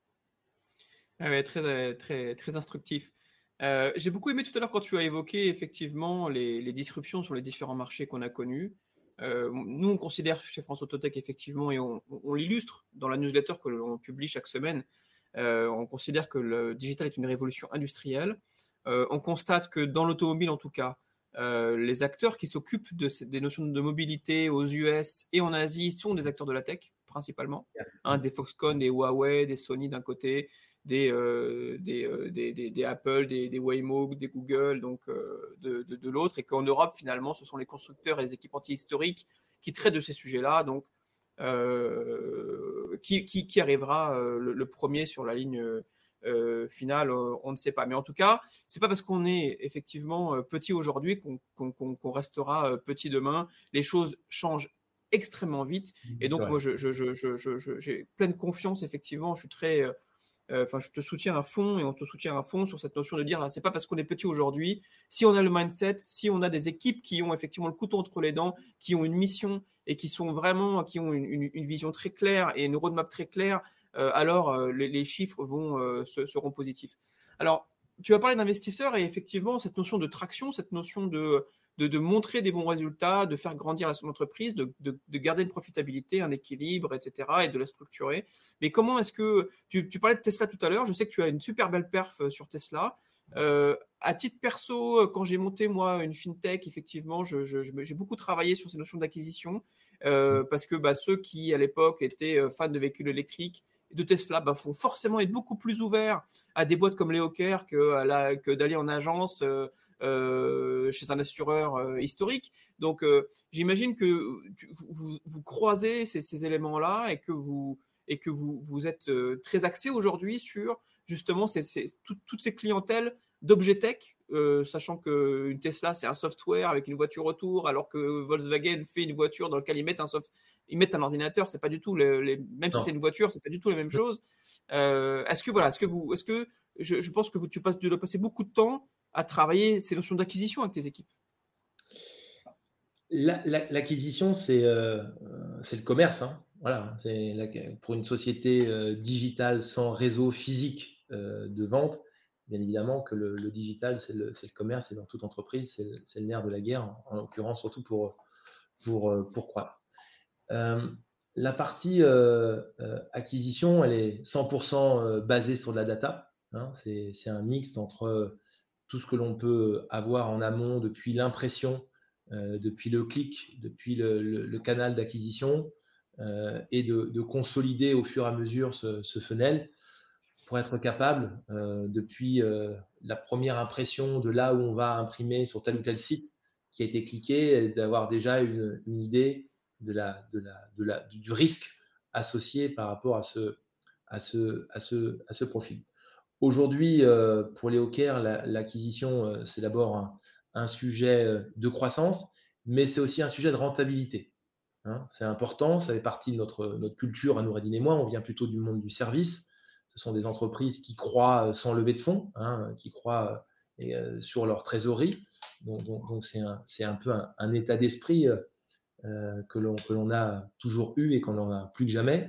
Ah ouais, très, très, très instructif. Euh, j'ai beaucoup aimé tout à l'heure quand tu as évoqué effectivement les, les disruptions sur les différents marchés qu'on a connus. Euh, nous, on considère chez France Autotech effectivement, et on, on l'illustre dans la newsletter que l'on publie chaque semaine, euh, on considère que le digital est une révolution industrielle. Euh, on constate que dans l'automobile en tout cas, euh, les acteurs qui s'occupent de ces, des notions de mobilité aux U S et en Asie sont des acteurs de la tech principalement, hein, des Foxconn, des Huawei, des Sony d'un côté, des, euh, des, euh, des, des, des Apple, des, des Waymo, des Google, donc euh, de, de, de l'autre, et qu'en Europe finalement ce sont les constructeurs et les équipementiers historiques qui traitent de ces sujets-là, donc euh, qui, qui, qui arrivera euh, le, le premier sur la ligne euh, finale, euh, on ne sait pas. Mais en tout cas, c'est pas parce qu'on est effectivement euh, petit aujourd'hui qu'on, qu'on, qu'on, qu'on restera euh, petit demain. Les choses changent extrêmement vite, et donc ouais. moi je, je, je, je, je, j'ai pleine confiance effectivement. Je suis très euh, Enfin, je te soutiens à fond et on te soutient à fond sur cette notion de dire ah, c'est pas parce qu'on est petit aujourd'hui, si on a le mindset, si on a des équipes qui ont effectivement le couteau entre les dents, qui ont une mission et qui sont vraiment, qui ont une, une, une vision très claire et une roadmap très claire, euh, alors euh, les, les chiffres vont euh, se, seront positifs. Alors tu as parlé d'investisseurs et effectivement, cette notion de traction, cette notion de, de, de montrer des bons résultats, de faire grandir son entreprise, de, de, de garder une profitabilité, un équilibre, et cetera, et de la structurer. Mais comment est-ce que… Tu, tu parlais de Tesla tout à l'heure, je sais que tu as une super belle perf sur Tesla. Euh, à titre perso, quand j'ai monté moi une fintech, effectivement, je, je, je, j'ai beaucoup travaillé sur ces notions d'acquisition euh, parce que bah, ceux qui à l'époque étaient fans de véhicules électriques de Tesla bah, faut forcément être beaucoup plus ouvert à des boîtes comme Leoker que, à la, que d'aller en agence euh, euh, chez un assureur euh, historique. Donc, euh, j'imagine que tu, vous, vous croisez ces, ces éléments-là et que vous, et que vous, vous êtes euh, très axé aujourd'hui sur justement ces, ces, tout, toutes ces clientèles d'objet tech, euh, sachant qu'une Tesla, c'est un software avec une voiture autour, alors que Volkswagen fait une voiture dans laquelle ils mettent un software. Ils mettent un ordinateur, c'est pas du tout les, les même non. Si c'est une voiture, c'est pas du tout la même chose. Euh, est-ce que voilà, est-ce que vous, est-ce que je, je pense que vous, tu, passes, tu dois passer beaucoup de temps à travailler ces notions d'acquisition avec tes équipes. La, la, l'acquisition, c'est, euh, c'est le commerce. Hein. Voilà, c'est la, pour une société euh, digitale sans réseau physique euh, de vente, bien évidemment que le, le digital, c'est le, c'est le commerce et dans toute entreprise, c'est le, c'est le nerf de la guerre, en, en l'occurrence surtout pour, pour, pour croître. Euh, la partie euh, euh, acquisition, elle est cent pour cent basée sur de la data. Hein, c'est, c'est un mix entre tout ce que l'on peut avoir en amont depuis l'impression, euh, depuis le clic, depuis le, le, le canal d'acquisition euh, et de, de consolider au fur et à mesure ce, ce funnel pour être capable, euh, depuis euh, la première impression de là où on va imprimer sur tel ou tel site qui a été cliqué, d'avoir déjà une, une idée de la, de la, de la, du risque associé par rapport à ce, à ce, à ce, à ce profil. Aujourd'hui, euh, pour Leoker, la, l'acquisition, euh, c'est d'abord un, un sujet de croissance, mais c'est aussi un sujet de rentabilité. Hein, c'est important, ça fait partie de notre, notre culture à Noureddin et moi. On vient plutôt du monde du service. Ce sont des entreprises qui croient sans lever de fonds, hein, qui croient euh, sur leur trésorerie. Donc, donc, donc c'est, un, c'est un peu un, un état d'esprit euh, que, l'on, que l'on a toujours eu et qu'on en a plus que jamais.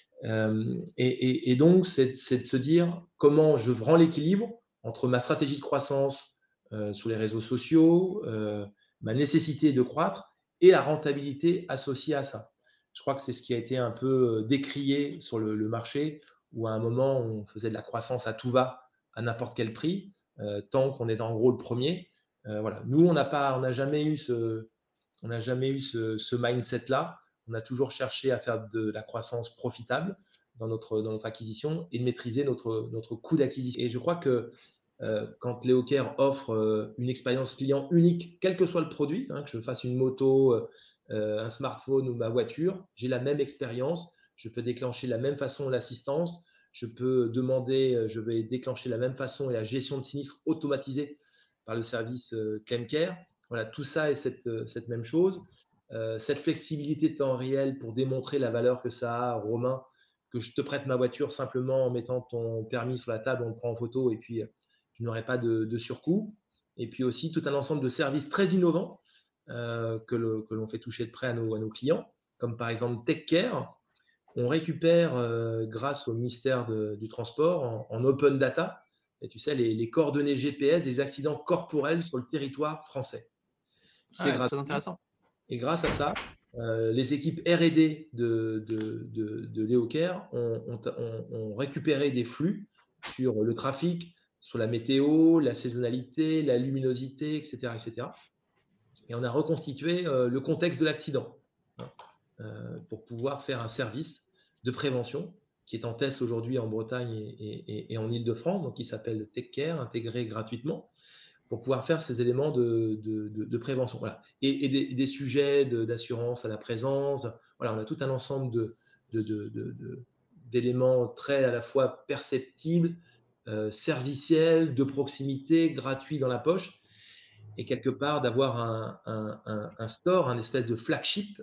Euh, et, et, et donc, c'est, c'est de se dire comment je rends l'équilibre entre ma stratégie de croissance euh, sur les réseaux sociaux, euh, ma nécessité de croître et la rentabilité associée à ça. Je crois que c'est ce qui a été un peu décrié sur le, le marché, où à un moment, on faisait de la croissance à tout va, à n'importe quel prix, euh, tant qu'on est en gros le premier. Euh, voilà. Nous, on n'a pas, on n'a jamais eu ce, on n'a jamais eu ce, ce mindset-là. On a toujours cherché à faire de la croissance profitable dans notre, dans notre acquisition et de maîtriser notre, notre coût d'acquisition. Et je crois que euh, quand Leoker offre euh, une expérience client unique, quel que soit le produit, hein, que je fasse une moto, euh, un smartphone ou ma voiture, j'ai la même expérience. Je peux déclencher de la même façon l'assistance. Je peux demander, je vais déclencher de la même façon la gestion de sinistre automatisée par le service euh, ClaimCare. Voilà, tout ça est cette, cette même chose. Euh, cette flexibilité de temps réel pour démontrer la valeur que ça a, Romain, que je te prête ma voiture simplement en mettant ton permis sur la table, on le prend en photo et puis je n'aurai pas de, de surcoût. Et puis aussi tout un ensemble de services très innovants euh, que, le, que l'on fait toucher de près à nos, à nos clients, comme par exemple TechCare. On récupère, euh, grâce au ministère de, du Transport, en, en open data, et tu sais, les, les coordonnées G P S des accidents corporels sur le territoire français. C'est ah, très intéressant. Et grâce à ça, euh, les équipes R et D de, de, de, de Leoker ont, ont, ont, ont récupéré des flux sur le trafic, sur la météo, la saisonnalité, la luminosité, et cetera, et cetera. Et on a reconstitué euh, le contexte de l'accident hein, euh, pour pouvoir faire un service de prévention qui est en test aujourd'hui en Bretagne et, et, et en Île-de-France, donc qui s'appelle TechCare, intégré gratuitement, pour pouvoir faire ces éléments de, de, de, de prévention. Voilà. Et, et des, des sujets de, d'assurance à la présence. Voilà, on a tout un ensemble de, de, de, de, de, d'éléments très à la fois perceptibles, euh, serviciels, de proximité, gratuits dans la poche. Et quelque part d'avoir un, un, un, un store, un espèce de flagship,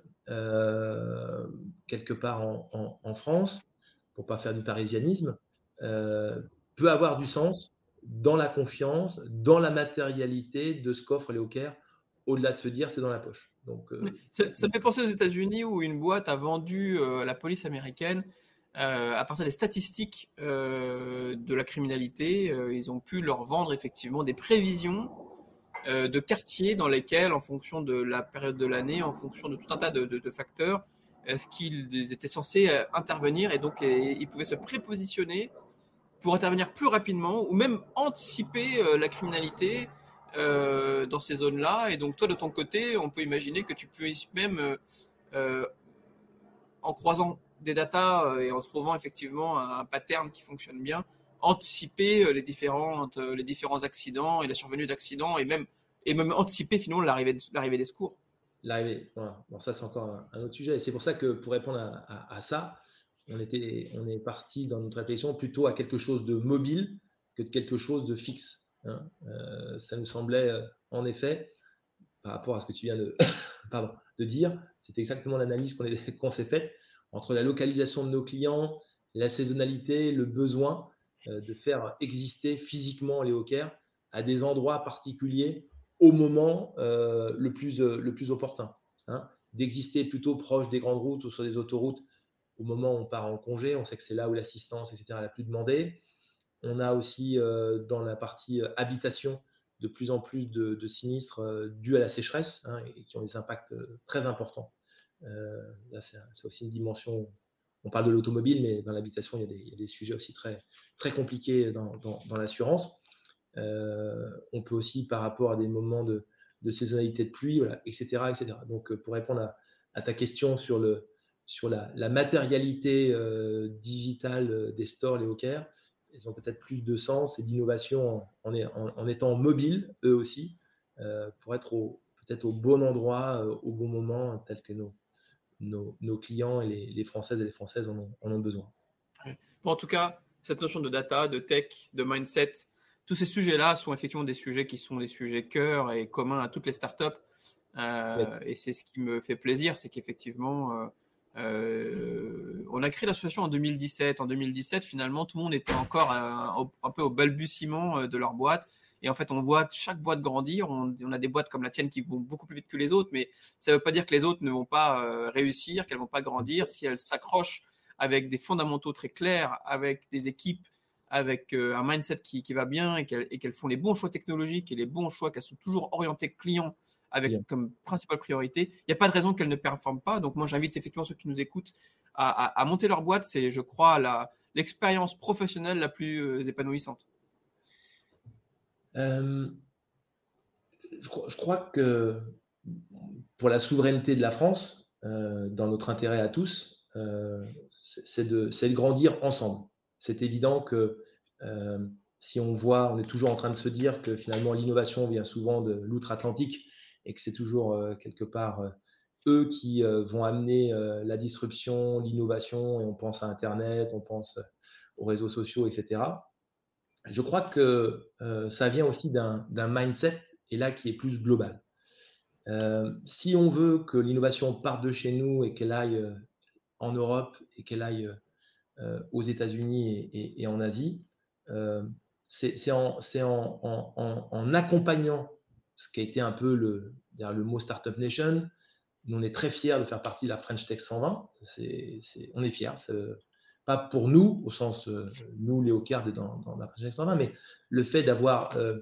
euh, quelque part en, en, en France, pour ne pas faire du parisianisme, euh, peut avoir du sens dans la confiance, dans la matérialité de ce qu'offre Leoker, au-delà de se dire c'est dans la poche. Donc, euh, ça, ça me fait penser aux États-Unis où une boîte a vendu euh, à la police américaine euh, à partir des statistiques euh, de la criminalité, euh, ils ont pu leur vendre effectivement des prévisions euh, de quartiers dans lesquels, en fonction de la période de l'année, en fonction de tout un tas de, de, de facteurs, est-ce qu'ils étaient censés euh, intervenir, et donc et, ils pouvaient se prépositionner pour intervenir plus rapidement ou même anticiper euh, la criminalité euh, dans ces zones-là. Et donc toi, de ton côté, on peut imaginer que tu puisses même, euh, euh, en croisant des datas euh, et en trouvant effectivement un, un pattern qui fonctionne bien, anticiper euh, les, différentes, euh, les différents accidents et la survenue d'accidents, et même, et même anticiper finalement l'arrivée, l'arrivée des secours. L'arrivée, voilà. Bon, ça, c'est encore un, un autre sujet. Et c'est pour ça que pour répondre à, à, à ça, on, était, on est parti dans notre réflexion plutôt à quelque chose de mobile que de quelque chose de fixe. Hein. Euh, ça nous semblait, euh, en effet, par rapport à ce que tu viens de, pardon, de dire, c'est exactement l'analyse qu'on, est, qu'on s'est faite entre la localisation de nos clients, la saisonnalité, le besoin euh, de faire exister physiquement les hawkers à des endroits particuliers au moment euh, le, plus, euh, le plus opportun. Hein, d'exister plutôt proche des grandes routes ou sur des autoroutes au moment où on part en congé. On sait que c'est là où l'assistance, et cetera, est la plus demandée. On a aussi euh, dans la partie euh, habitation de plus en plus de, de sinistres euh, dus à la sécheresse, hein, et qui ont des impacts euh, très importants. Euh, là, c'est, c'est aussi une dimension. On parle de l'automobile, mais dans l'habitation, il y a des, il y a des sujets aussi très, très compliqués dans, dans, dans l'assurance. Euh, on peut aussi, par rapport à des moments de, de saisonnalité de pluie, voilà, et cetera, et cetera. Donc, pour répondre à, à ta question sur, le, sur la, la matérialité euh, digitale des stores, les hawkers, ils ont peut-être plus de sens et d'innovation en, en, en étant mobiles, eux aussi, euh, pour être au, peut-être au bon endroit, euh, au bon moment, tel que nos, nos, nos clients et les, les Françaises et les Françaises en ont, en ont besoin. Bon, en tout cas, cette notion de data, de tech, de mindset, tous ces sujets-là sont effectivement des sujets qui sont des sujets cœur et communs à toutes les startups. Euh, et c'est ce qui me fait plaisir, c'est qu'effectivement, euh, euh, on a créé l'association en deux mille dix-sept. En deux mille dix-sept, finalement, tout le monde était encore un, un peu au balbutiement de leur boîte. Et en fait, on voit chaque boîte grandir. On, on a des boîtes comme la tienne qui vont beaucoup plus vite que les autres, mais ça ne veut pas dire que les autres ne vont pas euh, réussir, qu'elles ne vont pas grandir si elles s'accrochent avec des fondamentaux très clairs, avec des équipes, avec euh, un mindset qui, qui va bien, et qu'elles, et qu'elles font les bons choix technologiques et les bons choix, qu'elles sont toujours orientées clients avec Bien. Comme principale priorité. Il n'y a pas de raison qu'elles ne performent pas. Donc moi, j'invite effectivement ceux qui nous écoutent à, à, à monter leur boîte. C'est, je crois, la, l'expérience professionnelle la plus euh, épanouissante. Euh, je, je crois que pour la souveraineté de la France, euh, dans notre intérêt à tous, euh, c'est, de, c'est de grandir ensemble. C'est évident que euh, si on voit, on est toujours en train de se dire que finalement l'innovation vient souvent de l'outre-Atlantique et que c'est toujours euh, quelque part euh, eux qui euh, vont amener euh, la disruption, l'innovation, et on pense à Internet, on pense aux réseaux sociaux, et cetera. Je crois que euh, ça vient aussi d'un, d'un mindset, et là qui est plus global. Euh, si on veut que l'innovation parte de chez nous et qu'elle aille euh, en Europe et qu'elle aille euh, aux États-Unis et, et, et en Asie, euh, c'est, c'est, en, c'est en, en, en, en accompagnant ce qui a été un peu le, le mot Startup Nation. Nous, on est très fiers de faire partie de la French Tech cent vingt. C'est, c'est, on est fiers. C'est, pas pour nous, au sens, euh, nous, les hawkers dans, dans la French Tech cent vingt, mais le fait d'avoir euh,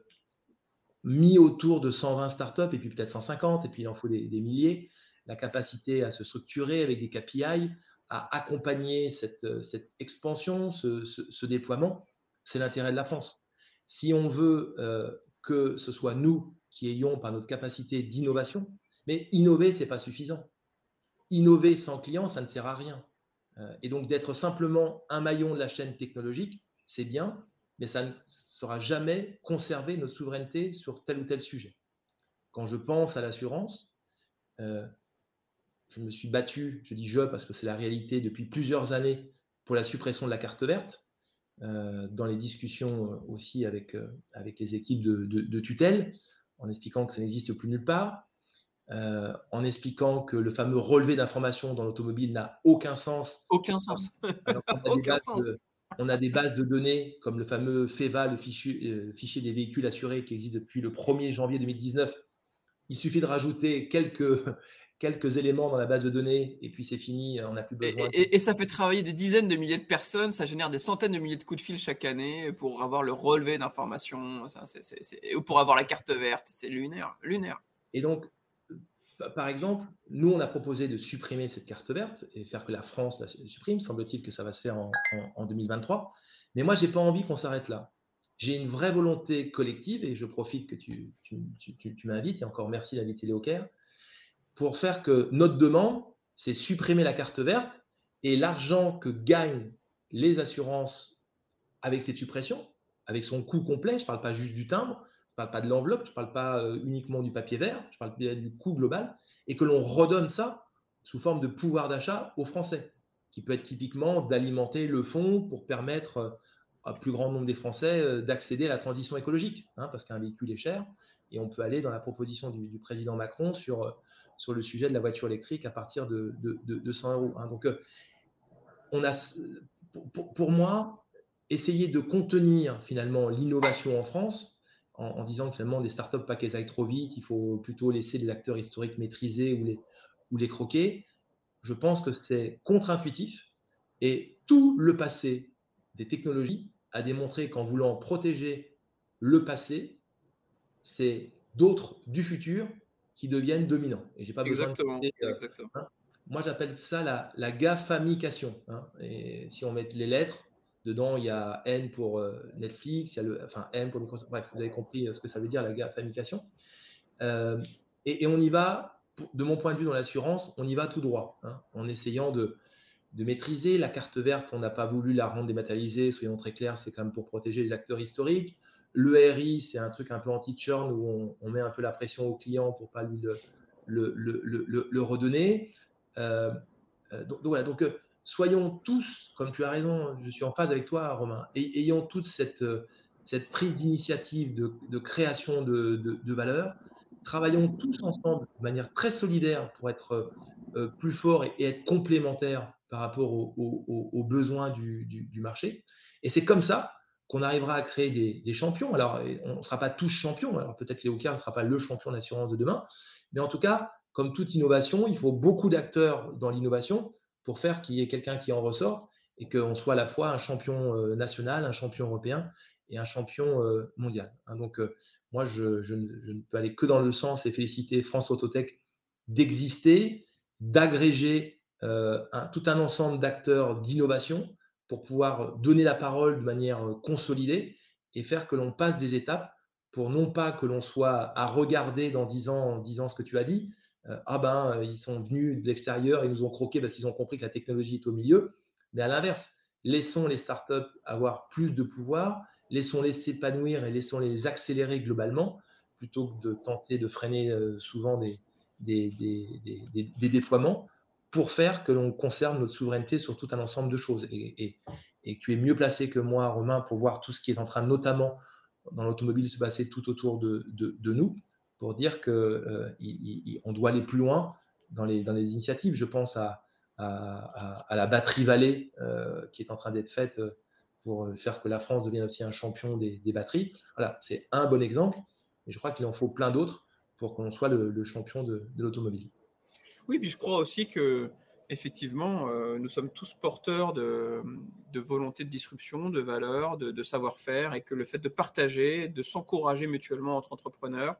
mis autour de cent vingt startups, et puis peut-être cent cinquante, et puis il en faut des, des milliers, la capacité à se structurer avec des K P I, à accompagner cette, cette expansion, ce, ce, ce déploiement, c'est l'intérêt de la France. Si on veut euh, que ce soit nous qui ayons par notre capacité d'innovation, mais innover, ce n'est pas suffisant. Innover sans client, ça ne sert à rien. Euh, et donc d'être simplement un maillon de la chaîne technologique, c'est bien, mais ça ne sera jamais conserver notre souveraineté sur tel ou tel sujet. Quand je pense à l'assurance, euh, je me suis battu, je dis je parce que c'est la réalité depuis plusieurs années, pour la suppression de la carte verte, euh, dans les discussions aussi avec, euh, avec les équipes de, de, de tutelle, en expliquant que ça n'existe plus nulle part, euh, en expliquant que le fameux relevé d'informations dans l'automobile n'a aucun sens. Aucun sens. Alors qu'on a aucun sens. De, on a des bases de données comme le fameux FEVA, le fichier, euh, fichier des véhicules assurés qui existe depuis le premier janvier deux mille dix-neuf. Il suffit de rajouter quelques, quelques éléments dans la base de données et puis c'est fini, on n'a plus besoin. Et, et, et ça fait travailler des dizaines de milliers de personnes, ça génère des centaines de milliers de coups de fil chaque année pour avoir le relevé d'informations, ça, c'est, c'est, c'est, ou pour avoir la carte verte, c'est lunaire, lunaire. Et donc, par exemple, nous, on a proposé de supprimer cette carte verte et faire que la France la supprime. Semble-t-il que ça va se faire en, en, en deux mille vingt-trois. Mais moi, je n'ai pas envie qu'on s'arrête là. J'ai une vraie volonté collective et je profite que tu, tu, tu, tu, tu m'invites, et encore merci d'inviter Léo Caire, pour faire que notre demande, c'est supprimer la carte verte et l'argent que gagnent les assurances avec cette suppression, avec son coût complet, je ne parle pas juste du timbre, je ne parle pas de l'enveloppe, je ne parle pas uniquement du papier vert, je parle du coût global, et que l'on redonne ça sous forme de pouvoir d'achat aux Français, qui peut être typiquement d'alimenter le fonds pour permettre à plus grand nombre des Français d'accéder à la transition écologique, hein, parce qu'un véhicule est cher, et on peut aller dans la proposition du, du président Macron sur, sur le sujet de la voiture électrique à partir de, de, de, de cent euros. Hein. Donc, on a, pour, pour moi, essayer de contenir finalement l'innovation en France en, en disant que finalement des startups pas qu'elles aillent trop vite, il faut plutôt laisser les acteurs historiques maîtriser ou les, ou les croquer. Je pense que c'est contre-intuitif et tout le passé des technologies a démontré qu'en voulant protéger le passé, c'est d'autres du futur qui deviennent dominants. Et j'ai pas Exactement, besoin de citer, exactement. Hein, moi, j'appelle ça la, la gafamication. Hein, et si on met les lettres, dedans, il y a N pour euh, Netflix, il y a le, enfin N pour Microsoft. Bref, vous avez compris ce que ça veut dire, la gafamication. Euh, et, et on y va, pour, de mon point de vue dans l'assurance, on y va tout droit, hein, en essayant de, de maîtriser. La carte verte, on n'a pas voulu la rendre dématérialisée, soyons très clairs, c'est quand même pour protéger les acteurs historiques. Le R I, c'est un truc un peu anti-churn où on, on met un peu la pression au client pour ne pas lui le, le, le, le, le redonner. Euh, donc, donc, voilà, donc euh, soyons tous, comme tu as raison, je suis en phase avec toi, Romain, et ayons toute cette, euh, cette prise d'initiative de, de création de, de, de valeur. Travaillons tous ensemble de manière très solidaire pour être euh, plus forts et, et être complémentaires par rapport aux, aux, aux besoins du, du, du marché. Et c'est comme ça qu'on arrivera à créer des, des champions. Alors, on ne sera pas tous champions. Alors, peut-être Léo Caire ne sera pas le champion d'assurance de demain. Mais en tout cas, comme toute innovation, il faut beaucoup d'acteurs dans l'innovation pour faire qu'il y ait quelqu'un qui en ressorte et qu'on soit à la fois un champion national, un champion européen et un champion mondial. Donc, moi, je, je, je ne peux aller que dans le sens et féliciter France Autotech d'exister, d'agréger euh, un, tout un ensemble d'acteurs d'innovation pour pouvoir donner la parole de manière consolidée et faire que l'on passe des étapes pour non pas que l'on soit à regarder dans dix ans, en disant ce que tu as dit, euh, ah ben, ils sont venus de l'extérieur, ils nous ont croqué parce qu'ils ont compris que la technologie est au milieu, mais à l'inverse, laissons les startups avoir plus de pouvoir, laissons-les s'épanouir et laissons-les accélérer globalement, plutôt que de tenter de freiner euh, souvent des, des, des, des, des, des déploiements, pour faire que l'on conserve notre souveraineté sur tout un ensemble de choses. Et, et, et tu es mieux placé que moi, Romain, pour voir tout ce qui est en train, notamment dans l'automobile, de se passer tout autour de, de, de nous, pour dire qu'on euh, doit aller plus loin dans les, dans les initiatives. Je pense à, à, à, à la batterie Vallée euh, qui est en train d'être faite pour faire que la France devienne aussi un champion des, des batteries. Voilà, c'est un bon exemple, mais je crois qu'il en faut plein d'autres pour qu'on soit le, le champion de, de l'automobile. Oui, puis je crois aussi que effectivement, euh, nous sommes tous porteurs de, de volonté de disruption, de valeurs, de, de savoir-faire, et que le fait de partager, de s'encourager mutuellement entre entrepreneurs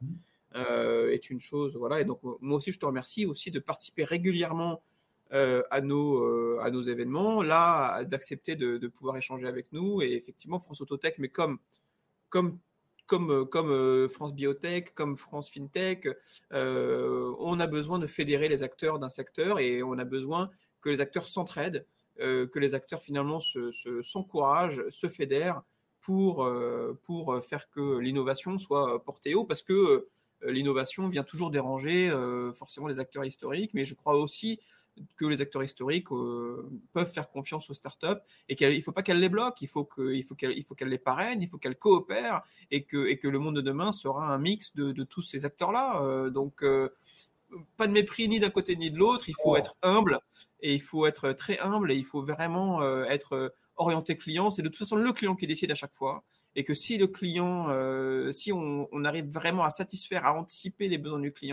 euh, est une chose. Voilà. Et donc moi aussi, je te remercie aussi de participer régulièrement euh, à nos euh, à nos événements, là, d'accepter de, de pouvoir échanger avec nous. Et effectivement, France Autotech, mais comme comme Comme, comme euh, France Biotech, comme France FinTech, euh, on a besoin de fédérer les acteurs d'un secteur et on a besoin que les acteurs s'entraident, euh, que les acteurs finalement se, se, s'encouragent, se fédèrent pour, euh, pour faire que l'innovation soit portée haut, parce que euh, l'innovation vient toujours déranger euh, forcément les acteurs historiques, mais je crois aussi que les acteurs historiques euh, peuvent faire confiance aux startups et qu'il ne faut pas qu'elles les bloquent, il faut, que, il faut qu'elles, il faut qu'elles les parrainent, il faut qu'elles coopèrent et que, et que le monde de demain sera un mix de, de tous ces acteurs-là. Euh, donc, euh, pas de mépris ni d'un côté ni de l'autre, il faut oh. être humble et il faut être très humble et il faut vraiment euh, être orienté client. C'est de toute façon le client qui décide à chaque fois et que si le client, euh, si on, on arrive vraiment à satisfaire, à anticiper les besoins du client,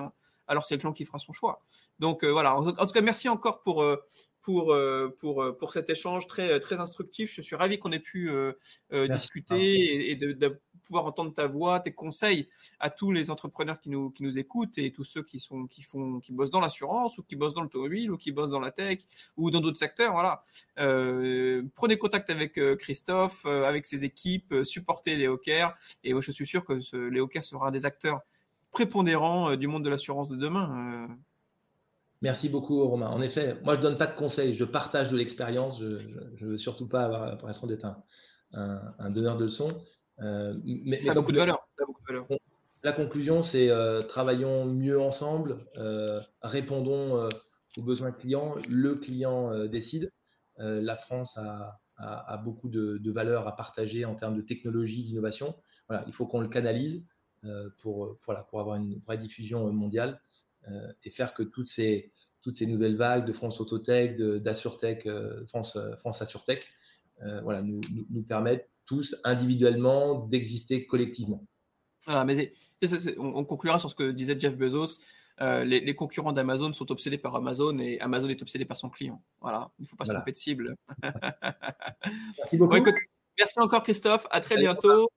alors c'est le client qui fera son choix. Donc euh, voilà, en, en tout cas, merci encore pour, euh, pour, euh, pour, euh, pour cet échange très, très instructif. Je suis ravi qu'on ait pu euh, euh, discuter et, et de, de pouvoir entendre ta voix, tes conseils à tous les entrepreneurs qui nous, qui nous écoutent et tous ceux qui, sont, qui, font, qui bossent dans l'assurance ou qui bossent dans l'automobile ou qui bossent dans la tech ou dans d'autres secteurs. Voilà. Euh, prenez contact avec euh, Christophe, euh, avec ses équipes, euh, supportez Léo Caire et moi, je suis sûr que ce, Léo Caire sera un des acteurs prépondérants euh, du monde de l'assurance de demain. Euh, Merci beaucoup, Romain. En effet, moi, je ne donne pas de conseils, je partage de l'expérience. Je ne veux surtout pas avoir l'impression d'être un, un, un donneur de leçons. Euh, mais, ça, mais a beaucoup de valeur. ça a beaucoup de valeur. La conclusion, c'est euh, travaillons mieux ensemble, euh, répondons euh, aux besoins clients. Le client euh, décide. Euh, la France a, a, a beaucoup de, de valeurs à partager en termes de technologie, d'innovation. Voilà, il faut qu'on le canalise euh, pour, pour, voilà, pour avoir une vraie diffusion mondiale. Euh, et faire que toutes ces, toutes ces nouvelles vagues de France Autotech, d'Assurtech, euh, France, France Assurtech, euh, voilà, nous, nous, nous permettent tous individuellement d'exister collectivement. Voilà, mais c'est, c'est, c'est, on, on conclura sur ce que disait Jeff Bezos. Euh, les, les concurrents d'Amazon sont obsédés par Amazon et Amazon est obsédé par son client. Voilà, il ne faut pas voilà. se tromper de cible. Merci beaucoup. Bon, écoute, merci encore Christophe, à très Allez, bientôt.